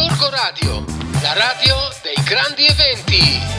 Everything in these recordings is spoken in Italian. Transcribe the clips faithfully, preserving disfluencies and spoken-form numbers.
Gorgo Radio, la radio dei grandi eventi.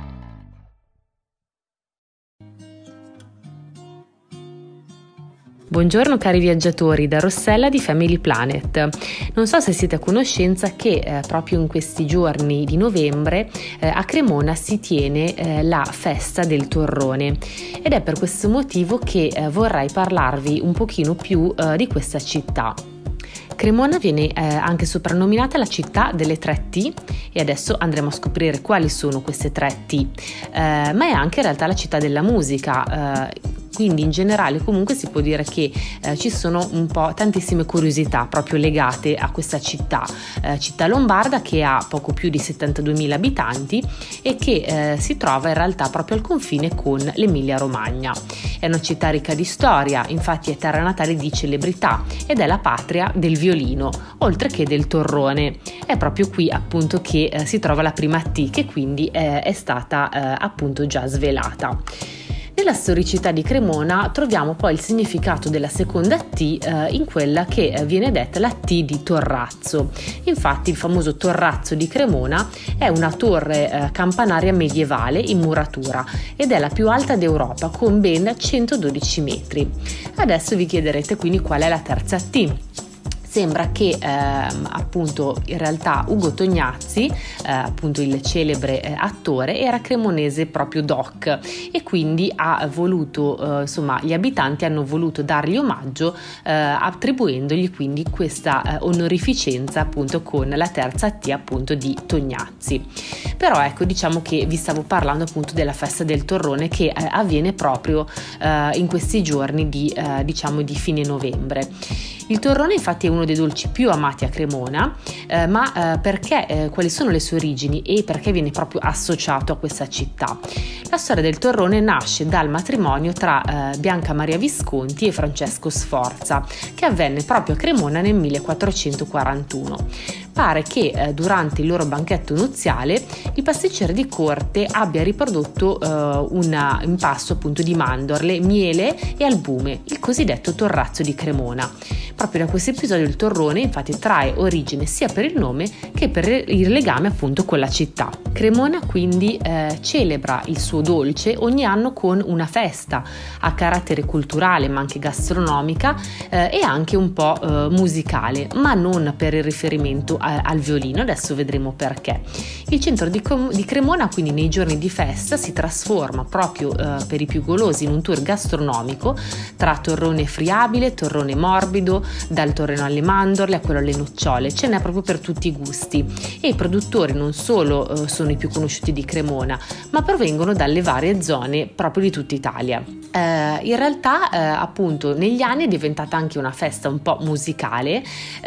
Buongiorno cari viaggiatori, da Rossella di Family Planet. Non so se siete a conoscenza che eh, proprio in questi giorni di novembre eh, a Cremona si tiene eh, la festa del torrone ed è per questo motivo che eh, vorrei parlarvi un pochino più eh, di questa città. Cremona viene eh, anche soprannominata la città delle tre T e adesso andremo a scoprire quali sono queste tre T, eh, ma è anche in realtà la città della musica. Eh, Quindi in generale comunque si può dire che eh, ci sono un po' tantissime curiosità proprio legate a questa città, eh, città lombarda che ha poco più di settantaduemila abitanti e che eh, si trova in realtà proprio al confine con l'Emilia Romagna. È una città ricca di storia, infatti è terra natale di celebrità ed è la patria del violino, oltre che del torrone. È proprio qui appunto che eh, si trova la prima T, che quindi eh, è stata eh, appunto già svelata. Nella storicità di Cremona troviamo poi il significato della seconda T eh, in quella che viene detta la T di Torrazzo. Infatti il famoso Torrazzo di Cremona è una torre eh, campanaria medievale in muratura ed è la più alta d'Europa con ben centododici metri. Adesso vi chiederete quindi qual è la terza T. Sembra che ehm, appunto in realtà Ugo Tognazzi, eh, appunto il celebre eh, attore, era cremonese proprio doc e quindi ha voluto, eh, insomma gli abitanti hanno voluto dargli omaggio eh, attribuendogli quindi questa eh, onorificenza appunto con la terza T appunto di Tognazzi. Però ecco, diciamo che vi stavo parlando appunto della festa del torrone che eh, avviene proprio eh, in questi giorni di eh, diciamo di fine novembre. Il torrone infatti è uno dei dolci più amati a Cremona, eh, ma eh, perché, eh, quali sono le sue origini e perché viene proprio associato a questa città? La storia del torrone nasce dal matrimonio tra eh, Bianca Maria Visconti e Francesco Sforza, che avvenne proprio a Cremona nel millequattrocentoquarantuno. Pare che eh, durante il loro banchetto nuziale il pasticcere di corte abbia riprodotto eh, un impasto appunto di mandorle, miele e albume, il cosiddetto torrazzo di Cremona. Proprio da questo episodio il torrone infatti trae origine sia per il nome che per il legame appunto con la città. Cremona quindi eh, celebra il suo dolce ogni anno con una festa a carattere culturale ma anche gastronomica eh, e anche un po' eh, musicale, ma non per il riferimento a, al violino, adesso vedremo perché. Il centro di, Com- di Cremona quindi nei giorni di festa si trasforma proprio eh, per i più golosi in un tour gastronomico tra torrone friabile, torrone morbido, dal torrone alle mandorle a quello alle nocciole, ce n'è proprio per tutti i gusti e i produttori non solo eh, sono i più conosciuti di Cremona ma provengono dalle varie zone proprio di tutta Italia. Eh, in realtà eh, appunto negli anni è diventata anche una festa un po' musicale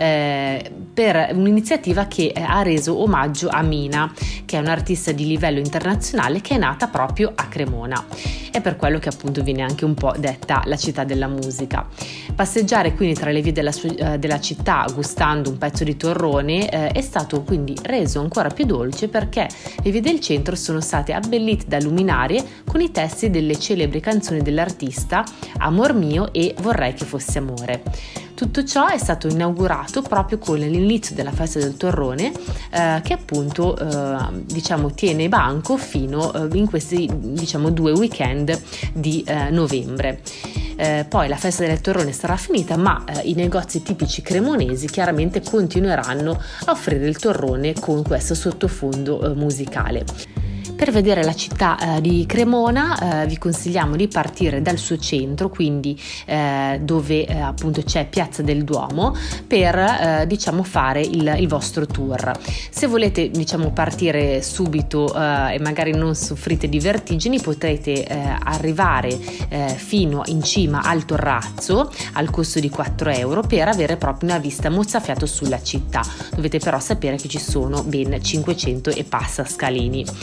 eh, per un'iniziativa che eh, ha reso omaggio a Mina, che è un'artista di livello internazionale che è nata proprio a Cremona. È per quello che appunto viene anche un po' detta la città della musica. Passeggiare quindi tra le vie della, eh, della città gustando un pezzo di torrone eh, è stato quindi reso ancora più dolce perché le vie del centro sono state abbellite da luminarie con i testi delle celebri canzoni dell'artista Amor mio e Vorrei che fosse amore. Tutto ciò è stato inaugurato proprio con l'inizio della festa del torrone eh, che appunto eh, diciamo tiene banco fino eh, in questi diciamo due weekend di eh, novembre. Eh, poi la festa del torrone sarà finita, ma eh, i negozi tipici cremonesi chiaramente continueranno a offrire il torrone con questo sottofondo eh, musicale. Per vedere la città eh, di Cremona eh, vi consigliamo di partire dal suo centro, quindi eh, dove eh, appunto c'è Piazza del Duomo, per eh, diciamo fare il, il vostro tour. Se volete diciamo partire subito eh, e magari non soffrite di vertigini, potrete eh, arrivare eh, fino in cima al Torrazzo al costo di quattro euro per avere proprio una vista mozzafiato sulla città. Dovete però sapere che ci sono ben cinquecento e passa scalini.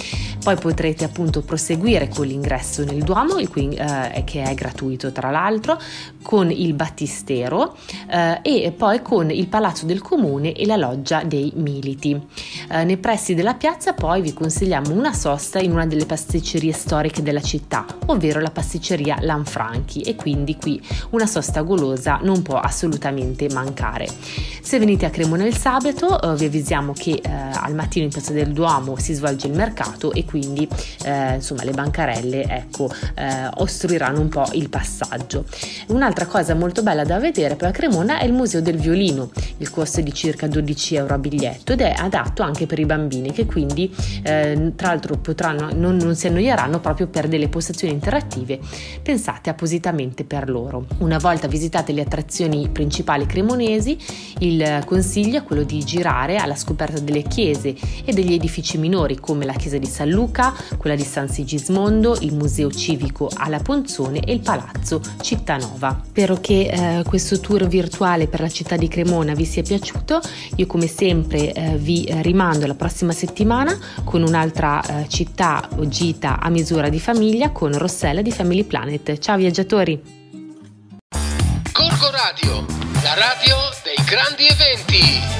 Poi potrete appunto proseguire con l'ingresso nel Duomo, il cui, eh, che è gratuito tra l'altro, con il Battistero eh, e poi con il Palazzo del Comune e la Loggia dei Militi. Eh, nei pressi della piazza poi vi consigliamo una sosta in una delle pasticcerie storiche della città, ovvero la pasticceria Lanfranchi, e quindi qui una sosta golosa non può assolutamente mancare. Se venite a Cremona il sabato eh, vi avvisiamo che eh, al mattino in piazza del Duomo si svolge il mercato e quindi eh, insomma le bancarelle ecco eh, ostruiranno un po' il passaggio. Un'altra cosa molto bella da vedere poi a Cremona è il Museo del Violino. Il costo è di circa dodici euro a biglietto ed è adatto anche per i bambini, che quindi eh, tra l'altro potranno non, non si annoieranno proprio per delle postazioni interattive pensate appositamente per loro. Una volta visitate le attrazioni principali cremonesi, il consiglio è quello di girare alla scoperta delle chiese e degli edifici minori come la chiesa di San Luca, quella di San Sigismondo, il museo civico alla Ponzone e il palazzo Cittanova. Spero che eh, questo tour virtuale per la città di Cremona vi sia piaciuto. Io come sempre eh, vi rimando la prossima settimana con un'altra eh, città o gita a misura di famiglia con Rossella di Family Planet. Ciao viaggiatori! Gorgo Radio, la radio dei grandi eventi.